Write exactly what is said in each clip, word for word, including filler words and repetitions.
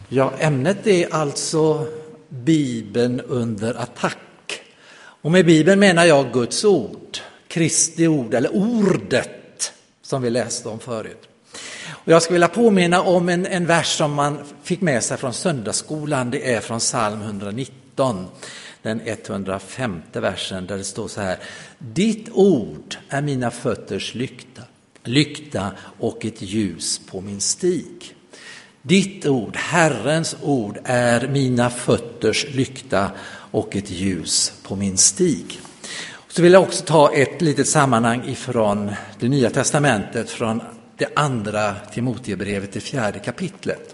Ja, ämnet är alltså Bibeln under attack. Och med Bibeln menar jag Guds ord, Kristi ord eller ordet som vi läste om förut. Och jag skulle vilja påminna om en, en vers som man fick med sig från söndagsskolan. Det är från psalm etthundranitton, den etthundrafemte versen, där det står så här: Ditt ord är mina fötters lykta, lykta och ett ljus på min stig. Ditt ord, Herrens ord, är mina fötters lykta och ett ljus på min stig. Så vill jag också ta ett litet sammanhang ifrån det Nya testamentet, från det andra Timoteusbrevet, det fjärde kapitlet.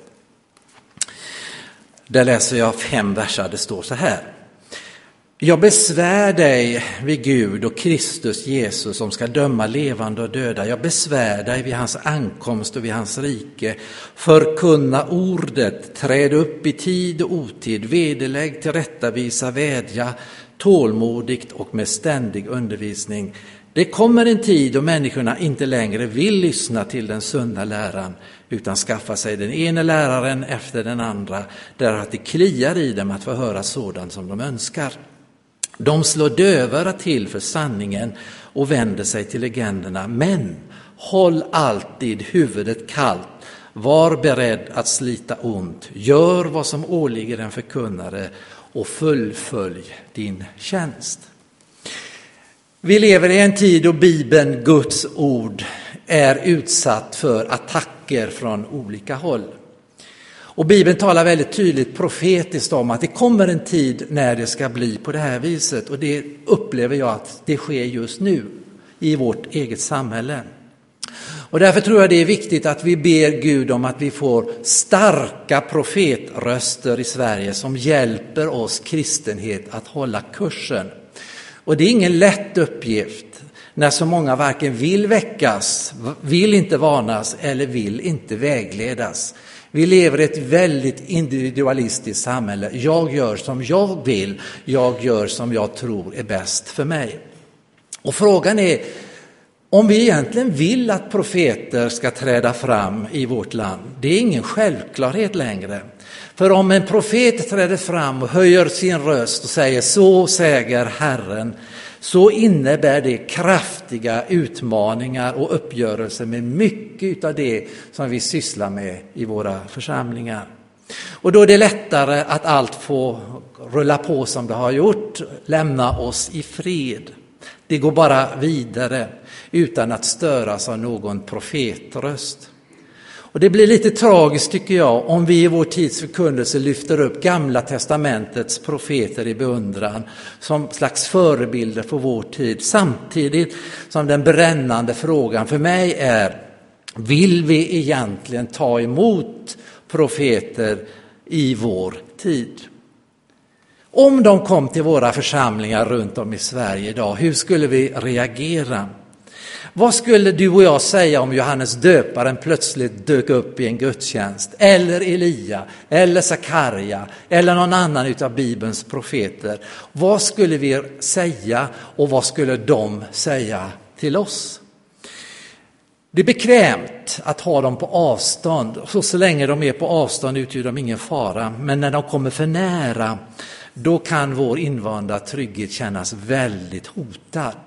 Där läser jag fem verser, det står så här: Jag besvär dig vid Gud och Kristus Jesus som ska döma levande och döda. Jag besvär dig vid hans ankomst och vid hans rike. Förkunna ordet, träd upp i tid och otid, vederlägg, tillrättavisa, vädja, tålmodigt och med ständig undervisning. Det kommer en tid då människorna inte längre vill lyssna till den sunda läran, utan skaffa sig den ena läraren efter den andra, där att det kliar i dem att få höra sådant som de önskar. De slår dövöra till för sanningen och vänder sig till legenderna. Men håll alltid huvudet kallt. Var beredd att slita ont. Gör vad som åligger en förkunnare och fullfölj din tjänst. Vi lever i en tid då Bibeln, Guds ord, är utsatt för attacker från olika håll. Och Bibeln talar väldigt tydligt profetiskt om att det kommer en tid när det ska bli på det här viset. Och det upplever jag att det sker just nu i vårt eget samhälle. Och därför tror jag det är viktigt att vi ber Gud om att vi får starka profetröster i Sverige som hjälper oss kristenhet att hålla kursen. Och det är ingen lätt uppgift när så många varken vill väckas, vill inte varnas eller vill inte vägledas. Vi lever i ett väldigt individualistiskt samhälle. Jag gör som jag vill, jag gör som jag tror är bäst för mig. Och frågan är om vi egentligen vill att profeter ska träda fram i vårt land. Det är ingen självklarhet längre. För om en profet träder fram och höjer sin röst och säger så säger Herren, så innebär det kraftiga utmaningar och uppgörelser med mycket av det som vi sysslar med i våra församlingar. Och då är det lättare att allt får rulla på som det har gjort, lämna oss i fred. Det går bara vidare utan att störas av någon profetröst. Och det blir lite tragiskt tycker jag om vi i vår tids förkunnelse lyfter upp Gamla testamentets profeter i beundran som slags förebilder för vår tid. Samtidigt som den brännande frågan för mig är: vill vi egentligen ta emot profeter i vår tid? Om de kom till våra församlingar runt om i Sverige idag, hur skulle vi reagera? Vad skulle du och jag säga om Johannes döparen plötsligt dök upp i en gudstjänst? Eller Elia, eller Sakarja, eller någon annan utav Bibelns profeter. Vad skulle vi säga och vad skulle de säga till oss? Det är bekvämt att ha dem på avstånd. Så, så länge de är på avstånd utgör de ingen fara. Men när de kommer för nära, då kan vår invanda trygghet kännas väldigt hotad.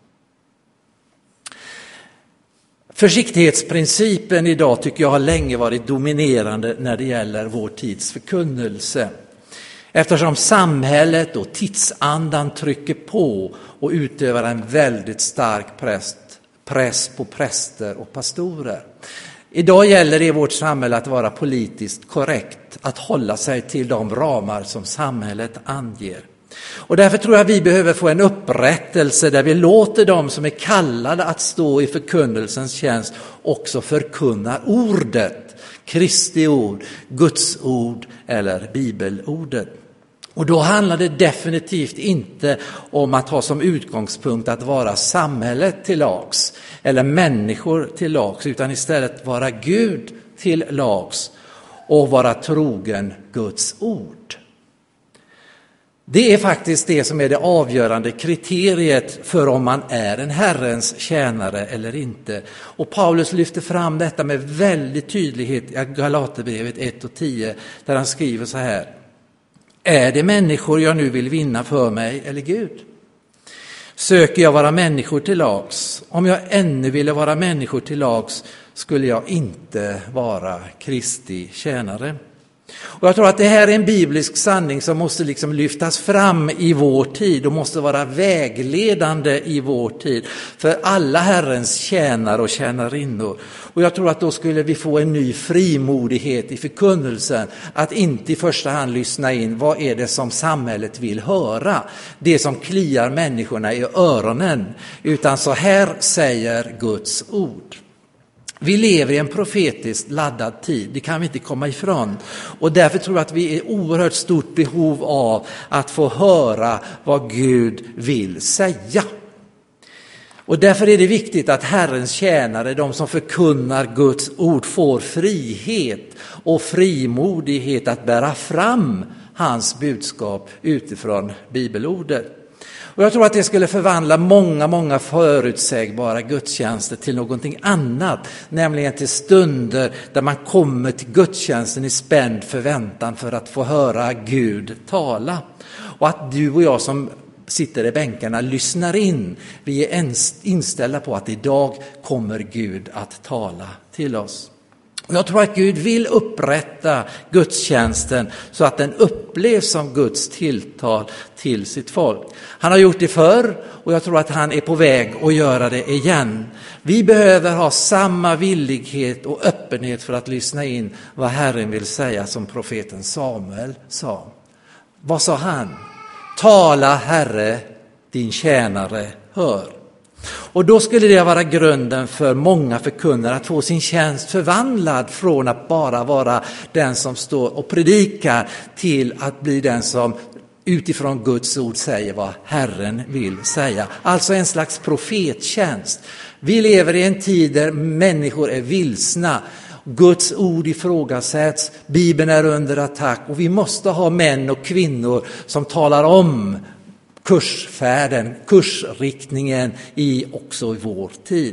Försiktighetsprincipen idag tycker jag har länge varit dominerande när det gäller vår tids förkunnelse. Eftersom samhället och tidsandan trycker på och utövar en väldigt stark press, press på präster och pastorer. Idag gäller det i vårt samhälle att vara politiskt korrekt, att hålla sig till de ramar som samhället anger. Och därför tror jag vi behöver få en upprättelse där vi låter dem som är kallade att stå i förkunnelsens tjänst också förkunna ordet, Kristi ord, Guds ord eller bibelordet. Och då handlar det definitivt inte om att ha som utgångspunkt att vara samhället till lags eller människor till lags, utan istället vara Gud till lags och vara trogen Guds ord. Det är faktiskt det som är det avgörande kriteriet för om man är en Herrens tjänare eller inte. Och Paulus lyfter fram detta med väldigt tydlighet i Galaterbrevet ett och tio, där han skriver så här: är det människor jag nu vill vinna för mig eller Gud? Söker jag vara människor till lags? Om jag ännu ville vara människor till lags skulle jag inte vara Kristi tjänare. Och jag tror att det här är en biblisk sanning som måste liksom lyftas fram i vår tid och måste vara vägledande i vår tid för alla Herrens tjänare och tjänarinnor. Och jag tror att då skulle vi få en ny frimodighet i förkunnelsen, att inte i första hand lyssna in vad är det som samhället vill höra, det som kliar människorna i öronen, utan så här säger Guds ord. Vi lever i en profetiskt laddad tid, det kan vi inte komma ifrån. Och därför tror jag att vi är oerhört stort behov av att få höra vad Gud vill säga. Och därför är det viktigt att Herrens tjänare, de som förkunnar Guds ord, får frihet och frimodighet att bära fram hans budskap utifrån bibelordet. Och jag tror att det skulle förvandla många, många förutsägbara gudstjänster till någonting annat. Nämligen till stunder där man kommer till gudstjänsten i spänd förväntan för att få höra Gud tala. Och att du och jag som sitter i bänkarna lyssnar in. Vi är inställda på att idag kommer Gud att tala till oss. Och jag tror att Gud vill upprätta gudstjänsten så att den upplevs som Guds tilltal till sitt folk. Han har gjort det förr och jag tror att han är på väg att göra det igen. Vi behöver ha samma villighet och öppenhet för att lyssna in vad Herren vill säga, som profeten Samuel sa. Vad sa han? Tala, Herre, din tjänare hör. Och då skulle det vara grunden för många förkunnare att få sin tjänst förvandlad från att bara vara den som står och predikar till att bli den som utifrån Guds ord säger vad Herren vill säga. Alltså en slags profettjänst. Vi lever i en tid där människor är vilsna. Guds ord ifrågasätts, Bibeln är under attack och vi måste ha män och kvinnor som talar om kursfärden, kursriktningen i också i vår tid.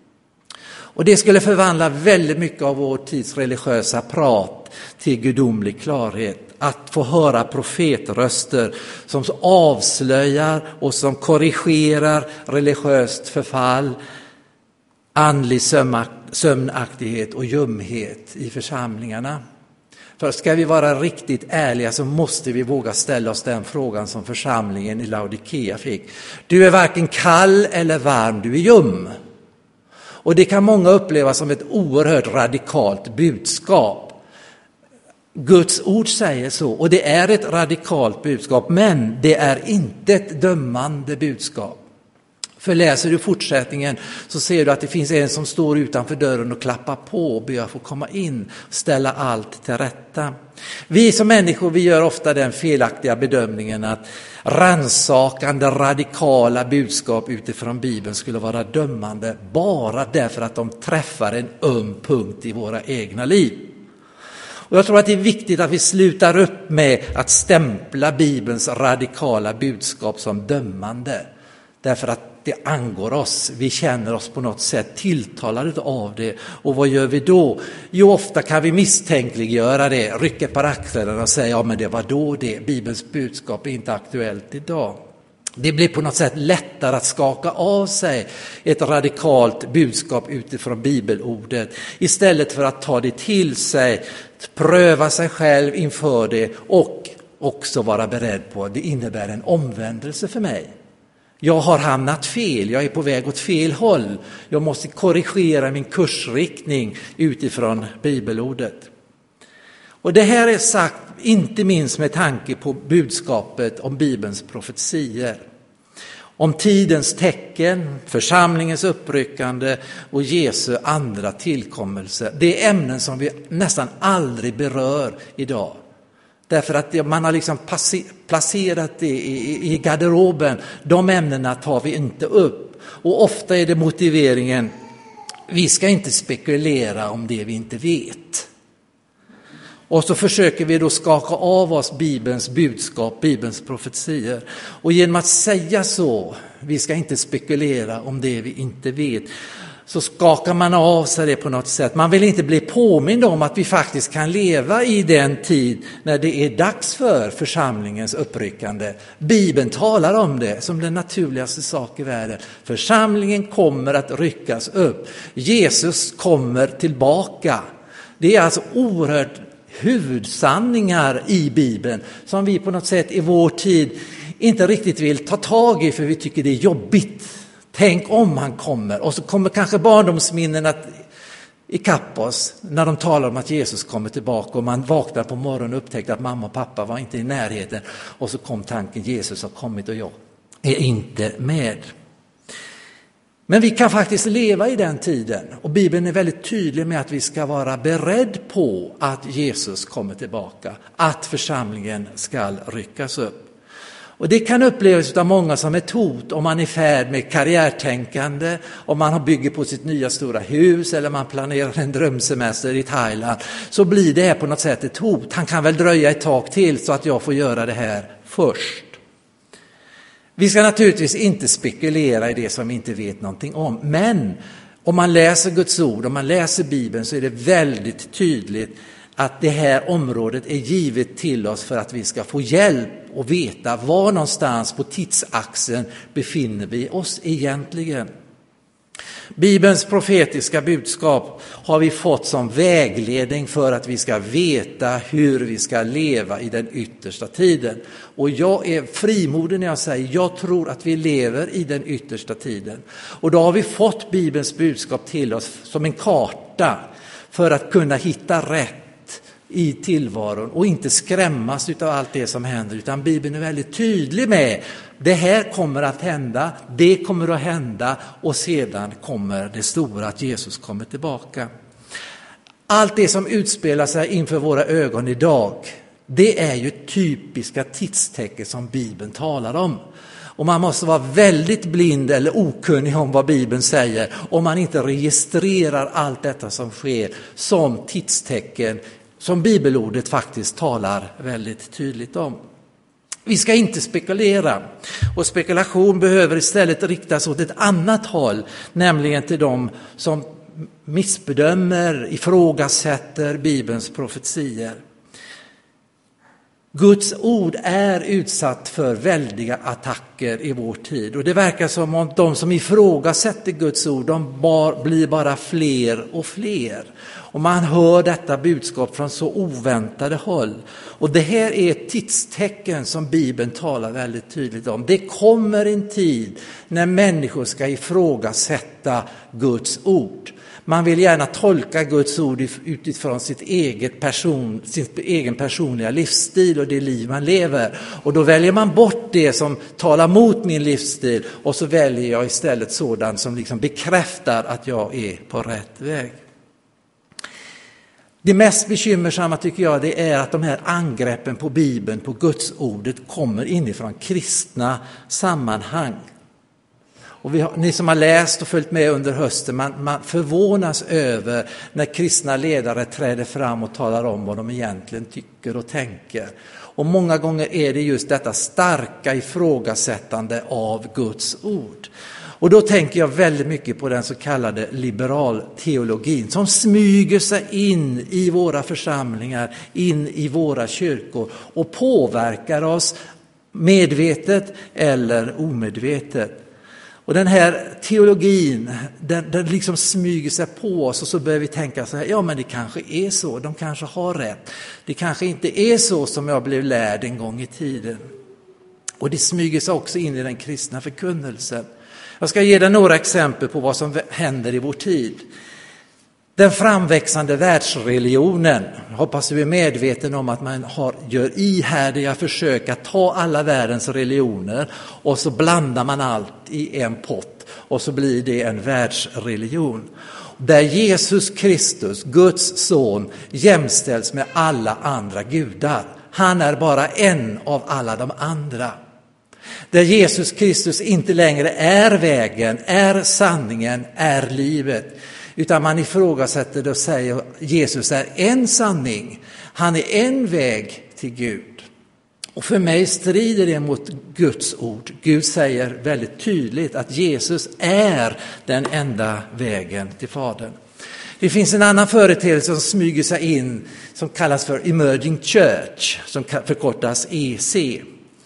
Och det skulle förvandla väldigt mycket av vår tids religiösa prat till gudomlig klarhet. Att få höra profetröster som avslöjar och som korrigerar religiöst förfall, andlig sömnaktighet och ljumhet i församlingarna. För ska vi vara riktigt ärliga så måste vi våga ställa oss den frågan som församlingen i Laodikea fick. Du är varken kall eller varm, du är ljum. Och det kan många uppleva som ett oerhört radikalt budskap. Guds ord säger så, och det är ett radikalt budskap, men det är inte ett dömande budskap. För läser du fortsättningen så ser du att det finns en som står utanför dörren och klappar på och ber få komma in och ställa allt till rätta. Vi som människor, vi gör ofta den felaktiga bedömningen att rannsakande, radikala budskap utifrån Bibeln skulle vara dömande bara därför att de träffar en öm punkt i våra egna liv. Och jag tror att det är viktigt att vi slutar upp med att stämpla Bibelns radikala budskap som dömande. Därför att det angår oss, vi känner oss på något sätt tilltalade av det. Och vad gör vi då? Jo, ofta kan vi misstänkliggöra det, rycka på axlarna och säga ja men det var då det, Bibelns budskap är inte aktuellt idag. Det blir på något sätt lättare att skaka av sig ett radikalt budskap utifrån bibelordet istället för att ta det till sig, pröva sig själv inför det och också vara beredd på att det innebär en omvändelse för mig. Jag har hamnat fel, jag är på väg åt fel håll. Jag måste korrigera min kursriktning utifrån bibelordet. Och det här är sagt inte minst med tanke på budskapet om Bibelns profetier. Om tidens tecken, församlingens uppryckande och Jesu andra tillkommelse. Det är ämnen som vi nästan aldrig berör idag. Därför att man har liksom placerat det i garderoben. De ämnena tar vi inte upp. Och ofta är det motiveringen, vi ska inte spekulera om det vi inte vet. Och så försöker vi då skaka av oss Bibelns budskap, Bibelns profetier. Och genom att säga så, vi ska inte spekulera om det vi inte vet, så skakar man av sig det på något sätt. Man vill inte bli påmind om att vi faktiskt kan leva i den tid när det är dags för församlingens uppryckande. Bibeln talar om det som den naturligaste sak i världen. Församlingen kommer att ryckas upp. Jesus kommer tillbaka. Det är alltså oerhört huvudsanningar i Bibeln som vi på något sätt i vår tid inte riktigt vill ta tag i, för vi tycker det är jobbigt. Tänk om han kommer. Och så kommer kanske barndomsminnen att ikapp oss när de talar om att Jesus kommer tillbaka, och man vaknar på morgonen och upptäckte att mamma och pappa var inte i närheten, och så kom tanken: Jesus har kommit och jag är inte med. Men vi kan faktiskt leva i den tiden, och Bibeln är väldigt tydlig med att vi ska vara beredd på att Jesus kommer tillbaka, att församlingen ska ryckas upp. Och det kan upplevas av många som ett hot om man är i färd med karriärtänkande, om man bygger på sitt nya stora hus eller man planerar en drömsemester i Thailand, så blir det här på något sätt ett hot. Han kan väl dröja ett tag till så att jag får göra det här först. Vi ska naturligtvis inte spekulera i det som vi inte vet någonting om, men om man läser Guds ord, om man läser Bibeln, så är det väldigt tydligt att det här området är givet till oss för att vi ska få hjälp och veta var någonstans på tidsaxeln befinner vi oss egentligen. Bibelns profetiska budskap har vi fått som vägledning för att vi ska veta hur vi ska leva i den yttersta tiden. Och jag är frimodig när jag säger jag tror att vi lever i den yttersta tiden. Och då har vi fått Bibelns budskap till oss som en karta för att kunna hitta rätt i tillvaron och inte skrämmas av allt det som händer, utan Bibeln är väldigt tydlig med det här kommer att hända, det kommer att hända, och sedan kommer det stora, att Jesus kommer tillbaka. Allt det som utspelar sig inför våra ögon idag, det är ju typiska tidstecken som Bibeln talar om. Och man måste vara väldigt blind eller okunnig om vad Bibeln säger om man inte registrerar allt detta som sker som tidstecken som bibelordet faktiskt talar väldigt tydligt om. Vi ska inte spekulera, och spekulation behöver istället riktas åt ett annat håll, nämligen till dem som missbedömer, ifrågasätter Bibelns profetier. Guds ord är utsatt för väldiga attacker i vår tid, och det verkar som om de som ifrågasätter Guds ord, de bar, blir bara fler och fler. Och man hör detta budskap från så oväntade håll. Och det här är ett tidstecken som Bibeln talar väldigt tydligt om. Det kommer en tid när människor ska ifrågasätta Guds ord. Man vill gärna tolka Guds ord utifrån sitt eget person, sin egen personliga livsstil och det liv man lever. Och då väljer man bort det som talar mot min livsstil, och så väljer jag istället sådant som liksom bekräftar att jag är på rätt väg. Det mest bekymmersamma tycker jag, det är att de här angreppen på Bibeln, på Guds ordet, kommer inifrån kristna sammanhang. Och vi har, ni som har läst och följt med under hösten, man, man förvånas över när kristna ledare träder fram och talar om vad de egentligen tycker och tänker. Och många gånger är det just detta starka ifrågasättande av Guds ord. Och då tänker jag väldigt mycket på den så kallade liberalteologin som smyger sig in i våra församlingar, in i våra kyrkor och påverkar oss medvetet eller omedvetet. Och den här teologin, den, den liksom smyger sig på oss, och så börjar vi tänka så här: ja, men det kanske är så, de kanske har rätt. Det kanske inte är så som jag blev lärd en gång i tiden. Och det smyger sig också in i den kristna förkunnelsen. Jag ska ge dig några exempel på vad som händer i vår tid. Den framväxande världsreligionen. Jag hoppas du är medveten om att man har, gör ihärdiga försök att ta alla världens religioner och så blandar man allt i en pott och så blir det en världsreligion. Där Jesus Kristus, Guds son, jämställs med alla andra gudar. Han är bara en av alla de andra. Där Jesus Kristus inte längre är vägen, är sanningen, är livet. Utan man ifrågasätter det och säger att Jesus är en sanning. Han är en väg till Gud. Och för mig strider det mot Guds ord. Gud säger väldigt tydligt att Jesus är den enda vägen till Fadern. Det finns en annan företeelse som smyger sig in som kallas för Emerging Church, som förkortas E C.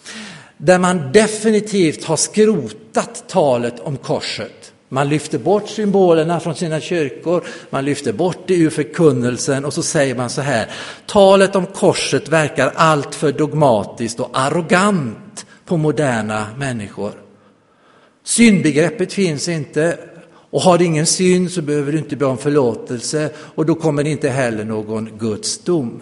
Där man definitivt har skrotat talet om korset. Man lyfter bort symbolerna från sina kyrkor, man lyfter bort det ur förkunnelsen och så säger man så här: talet om korset verkar allt för dogmatiskt och arrogant på moderna människor. Syndbegreppet finns inte, och har du ingen synd så behöver du inte be om förlåtelse, och då kommer det inte heller någon Guds dom.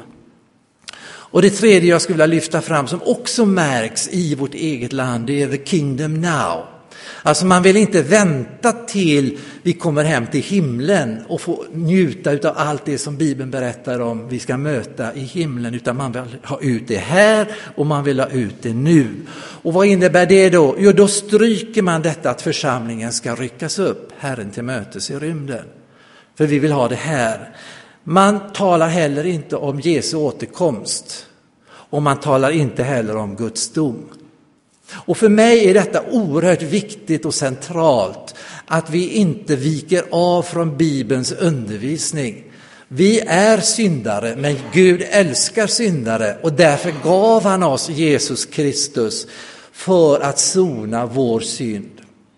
Och det tredje jag skulle vilja lyfta fram som också märks i vårt eget land, det är the kingdom now. Alltså man vill inte vänta till vi kommer hem till himlen och få njuta av allt det som Bibeln berättar om vi ska möta i himlen, utan man vill ha ut det här och man vill ha ut det nu. Och vad innebär det då? Jo, då stryker man detta att församlingen ska ryckas upp, Herren till mötes i rymden. För vi vill ha det här. Man talar heller inte om Jesu återkomst, och man talar inte heller om Guds dom. Och för mig är detta oerhört viktigt och centralt, att vi inte viker av från Bibelns undervisning. Vi är syndare, men Gud älskar syndare, och därför gav han oss Jesus Kristus för att sona vår synd.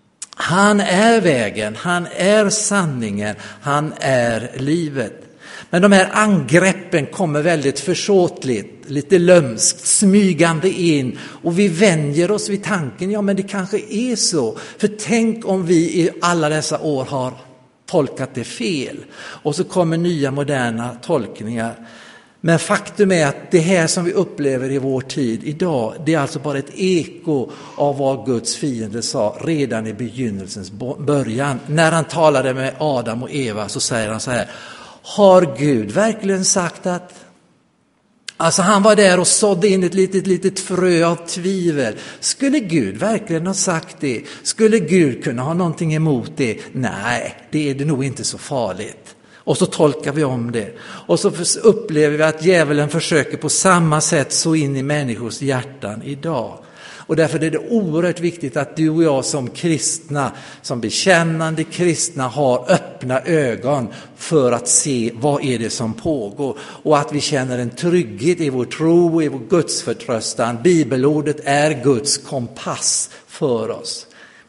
Han är vägen, han är sanningen, han är livet. Men de här angreppen kommer väldigt försåtligt, lite lömskt, smygande in. Och vi vänjer oss vid tanken, ja men det kanske är så. För tänk om vi i alla dessa år har tolkat det fel. Och så kommer nya moderna tolkningar. Men faktum är att det här som vi upplever i vår tid idag, det är alltså bara ett eko av vad Guds fiende sa redan i begynnelsens början. När han talade med Adam och Eva så säger han så här: har Gud verkligen sagt att... Alltså han var där och sådde in ett litet, litet frö av tvivel. Skulle Gud verkligen ha sagt det? Skulle Gud kunna ha någonting emot det? Nej, det är det nog inte så farligt. Och så tolkar vi om det. Och så upplever vi att djävulen försöker på samma sätt så in i människors hjärtan idag. Och därför är det oerhört viktigt att du och jag som kristna, som bekännande kristna, har öppna ögon för att se vad är det som pågår. Och att vi känner en trygghet i vår tro och i vår gudsförtröstan. Bibelordet är Guds kompass för oss.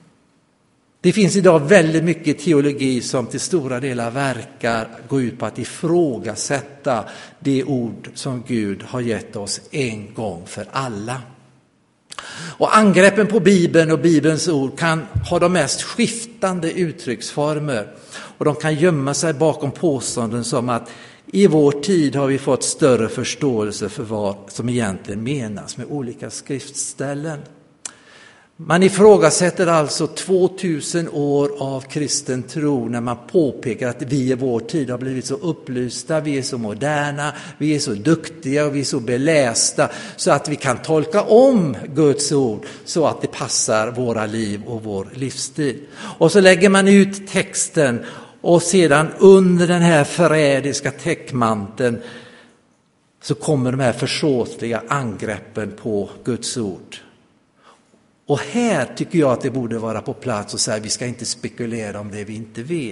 Det finns idag väldigt mycket teologi som till stora delar verkar gå ut på att ifrågasätta det ord som Gud har gett oss en gång för alla. Och angreppen på Bibeln och Bibelns ord kan ha de mest skiftande uttrycksformer. Och de kan gömma sig bakom påståenden som att i vår tid har vi fått större förståelse för vad som egentligen menas med olika skriftställen. Man ifrågasätter alltså tvåtusen år av kristen tro när man påpekar att vi i vår tid har blivit så upplysta, vi är så moderna, vi är så duktiga och vi är så belästa så att vi kan tolka om Guds ord så att det passar våra liv och vår livsstil. Och så lägger man ut texten och sedan under den här förrädiska täckmanteln så kommer de här försåtliga angreppen på Guds ord. Och här tycker jag att det borde vara på plats och säga att vi ska inte spekulera om det vi inte vet.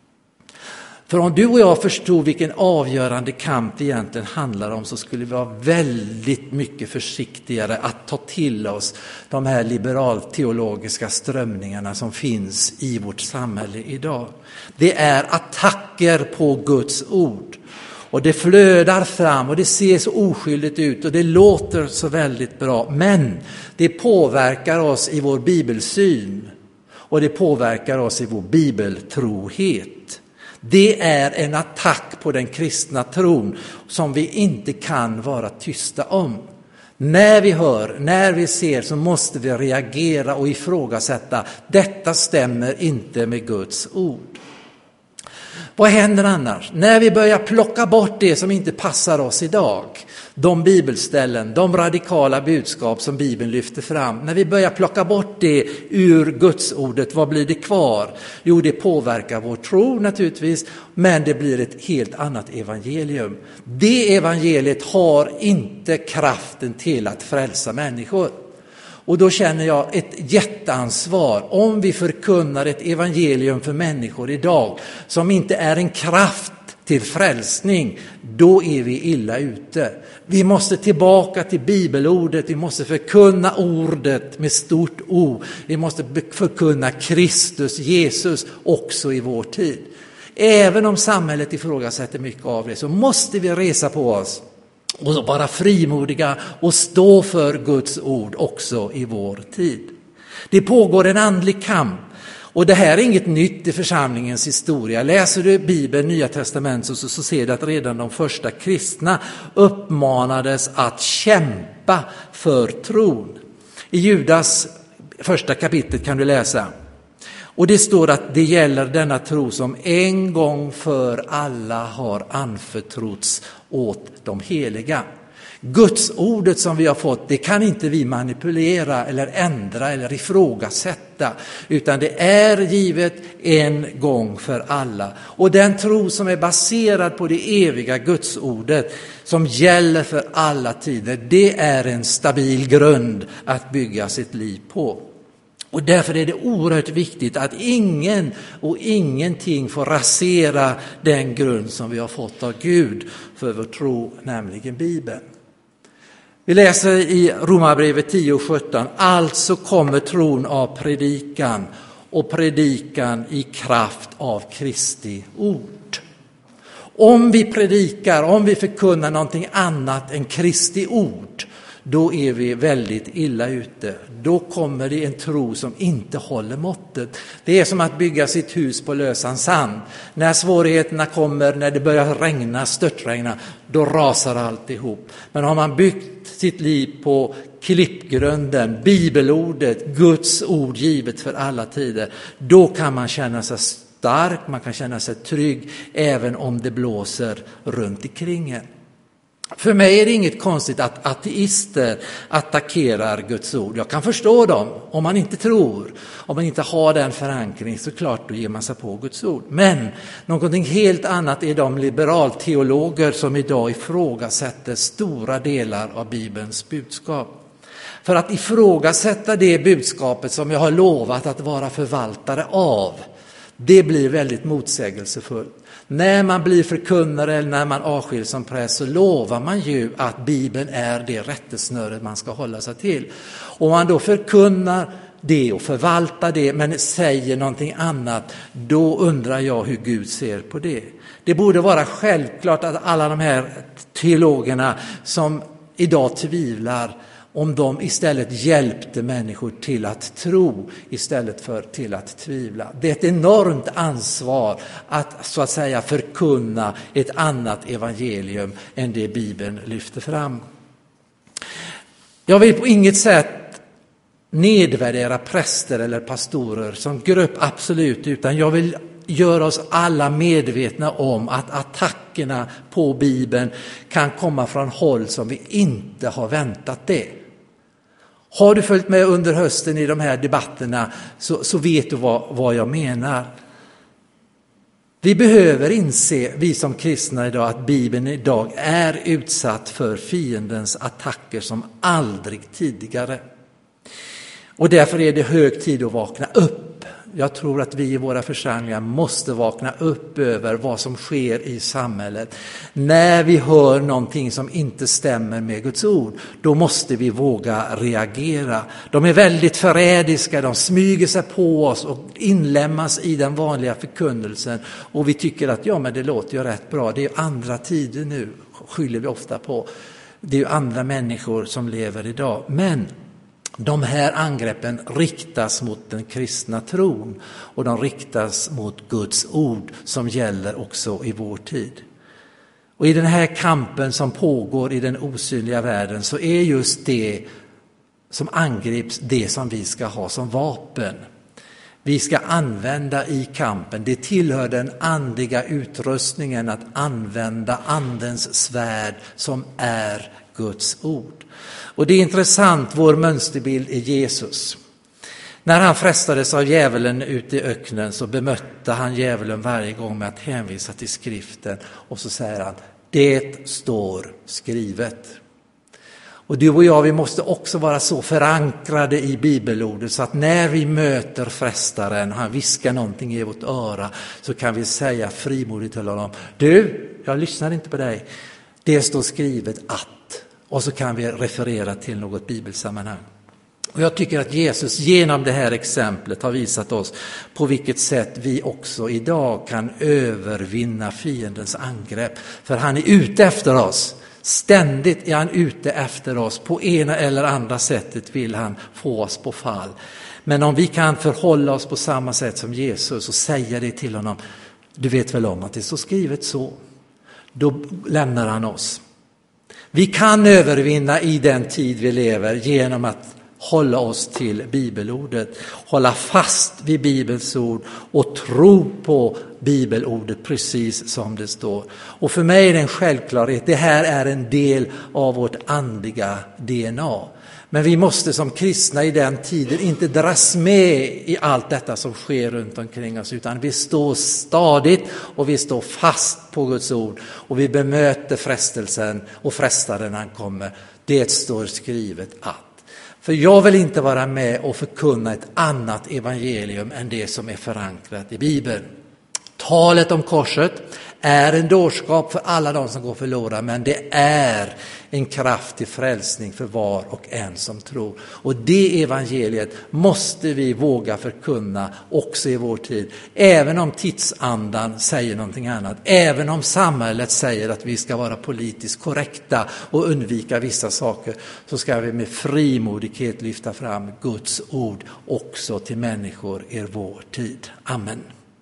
För om du och jag förstod vilken avgörande kamp det egentligen handlar om så skulle vi vara väldigt mycket försiktigare att ta till oss de här liberalteologiska strömningarna som finns i vårt samhälle idag. Det är attacker på Guds ord. Och det flödar fram och det ser så oskyldigt ut och det låter så väldigt bra. Men det påverkar oss i vår bibelsyn och det påverkar oss i vår bibeltrohet. Det är en attack på den kristna tron som vi inte kan vara tysta om. När vi hör, när vi ser så måste vi reagera och ifrågasätta. Detta stämmer inte med Guds ord. Vad händer annars? När vi börjar plocka bort det som inte passar oss idag, de bibelställen, de radikala budskap som Bibeln lyfter fram, när vi börjar plocka bort det ur Guds ordet, vad blir det kvar? Jo, det påverkar vår tro naturligtvis, men det blir ett helt annat evangelium. Det evangeliet har inte kraften till att frälsa människor. Och då känner jag ett jätteansvar om vi förkunnar ett evangelium för människor idag som inte är en kraft till frälsning, då är vi illa ute. Vi måste tillbaka till bibelordet, vi måste förkunna ordet med stort O. Vi måste förkunna Kristus, Jesus också i vår tid. Även om samhället ifrågasätter mycket av det så måste vi resa på oss och vara frimodiga och stå för Guds ord också i vår tid. Det pågår en andlig kamp. Och det här är inget nytt i församlingens historia. Läser du Bibeln, Nya testamentet, så, så ser du att redan de första kristna uppmanades att kämpa för tron. I Judas första kapitlet kan du läsa. Och det står att det gäller denna tro som en gång för alla har anförtrotts åt de heliga. Guds ordet som vi har fått, det kan inte vi manipulera eller ändra eller ifrågasätta, utan det är givet en gång för alla. Och den tro som är baserad på det eviga Guds ordet som gäller för alla tider, det är en stabil grund att bygga sitt liv på. Och därför är det oerhört viktigt att ingen och ingenting får rasera den grund som vi har fått av Gud för vår tro, nämligen Bibeln. Vi läser i Romarbrevet tio och sjutton, alltså kommer tron av predikan och predikan i kraft av Kristi ord. Om vi predikar, om vi förkunnar någonting annat än Kristi ord, då är vi väldigt illa ute. Då kommer det en tro som inte håller måttet. Det är som att bygga sitt hus på lösan sand. När svårigheterna kommer, när det börjar regna, störtregna, då rasar allt ihop. Men har man byggt sitt liv på klippgrunden, bibelordet, Guds ord givet för alla tider, då kan man känna sig stark, man kan känna sig trygg, även om det blåser runt omkring en. För mig är det inget konstigt att ateister attackerar Guds ord. Jag kan förstå dem. Om man inte tror, om man inte har den förankring, så klart då ger man sig på Guds ord. Men någonting helt annat är de liberalteologer som idag ifrågasätter stora delar av Bibelns budskap. För att ifrågasätta det budskapet som jag har lovat att vara förvaltare av, det blir väldigt motsägelsefullt. När man blir förkunnare eller när man avskiljs som präst så lovar man ju att Bibeln är det rättesnöret man ska hålla sig till. Om man då förkunnar det och förvaltar det men säger någonting annat, då undrar jag hur Gud ser på det. Det borde vara självklart att alla de här teologerna som idag tvivlar, om de istället hjälpte människor till att tro istället för till att tvivla. Det är ett enormt ansvar att så att säga förkunna ett annat evangelium än det Bibeln lyfter fram. Jag vill på inget sätt nedvärdera präster eller pastorer som grupp, absolut, utan jag vill göra oss alla medvetna om att attackerna på Bibeln kan komma från håll som vi inte har väntat det. Har du följt med under hösten i de här debatterna så, så vet du vad, vad jag menar. Vi behöver inse, vi som kristna idag, att Bibeln idag är utsatt för fiendens attacker som aldrig tidigare. Och därför är det hög tid att vakna upp. Jag tror att vi i våra församlingar måste vakna upp över vad som sker i samhället. När vi hör någonting som inte stämmer med Guds ord, då måste vi våga reagera. De är väldigt förrädiska, de smyger sig på oss och inlämnas i den vanliga förkunnelsen. Och vi tycker att ja, men det låter ju rätt bra. Det är andra tider nu, skyller vi ofta på. Det är ju andra människor som lever idag. Men de här angreppen riktas mot den kristna tron och de riktas mot Guds ord som gäller också i vår tid. Och i den här kampen som pågår i den osynliga världen så är just det som angrips det som vi ska ha som vapen. vi ska använda i kampen. Det tillhör den andliga utrustningen att använda andens svärd som är Guds ord. Och det är intressant, vår mönsterbild är Jesus. När han frestades av djävulen ute i öknen så bemötte han djävulen varje gång med att hänvisa till skriften. Och så säger han, det står skrivet. Och du och jag, vi måste också vara så förankrade i bibelordet så att när vi möter frestaren, han viskar någonting i vårt öra, så kan vi säga frimodigt till honom, du, jag lyssnar inte på dig. Det står skrivet att. Och så kan vi referera till något bibelsammanhang. Och jag tycker att Jesus genom det här exemplet har visat oss på vilket sätt vi också idag kan övervinna fiendens angrepp. För han är ute efter oss. Ständigt är han ute efter oss. På ena eller andra sättet vill han få oss på fall. Men om vi kan förhålla oss på samma sätt som Jesus och säga det till honom. Du vet väl om att det står skrivet så. Då lämnar han oss. Vi kan övervinna i den tid vi lever genom att hålla oss till bibelordet, hålla fast vid Bibelns ord och tro på bibelordet precis som det står. Och för mig är det en självklarhet, det här är en del av vårt andliga D N A. Men vi måste som kristna i den tiden inte dras med i allt detta som sker runt omkring oss, utan vi står stadigt och vi står fast på Guds ord och vi bemöter frestelsen och frestaren när han kommer. Det står skrivet att. För jag vill inte vara med och förkunna ett annat evangelium än det som är förankrat i Bibeln. Talet om korset är en dårskap för alla de som går förlorade, men det är en kraft till frälsning för var och en som tror. Och det evangeliet måste vi våga förkunna också i vår tid. Även om tidsandan säger någonting annat. Även om samhället säger att vi ska vara politiskt korrekta och undvika vissa saker, så ska vi med frimodighet lyfta fram Guds ord också till människor i vår tid. Amen.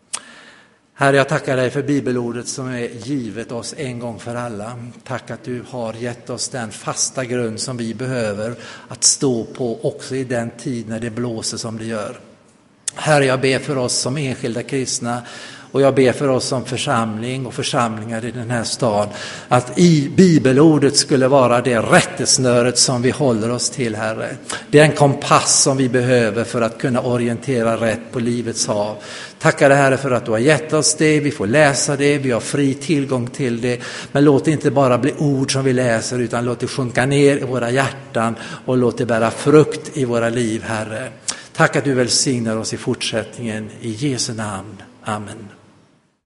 Herre, jag tackar dig för bibelordet som är givet oss en gång för alla. Tack att du har gett oss den fasta grund som vi behöver att stå på också i den tid när det blåser som det gör. Herre, jag ber för oss som enskilda kristna och jag ber för oss som församling och församlingar i den här staden att i bibelordet skulle vara det rättesnöret som vi håller oss till, Herre. Det är en kompass som vi behöver för att kunna orientera rätt på livets hav. Tackar dig, Herre, för att du har gett oss det. Vi får läsa det, vi har fri tillgång till det. Men låt det inte bara bli ord som vi läser, utan låt det sjunka ner i våra hjärtan och låt det bära frukt i våra liv, Herre. Tack att du välsignar oss i fortsättningen. I Jesu namn. Amen.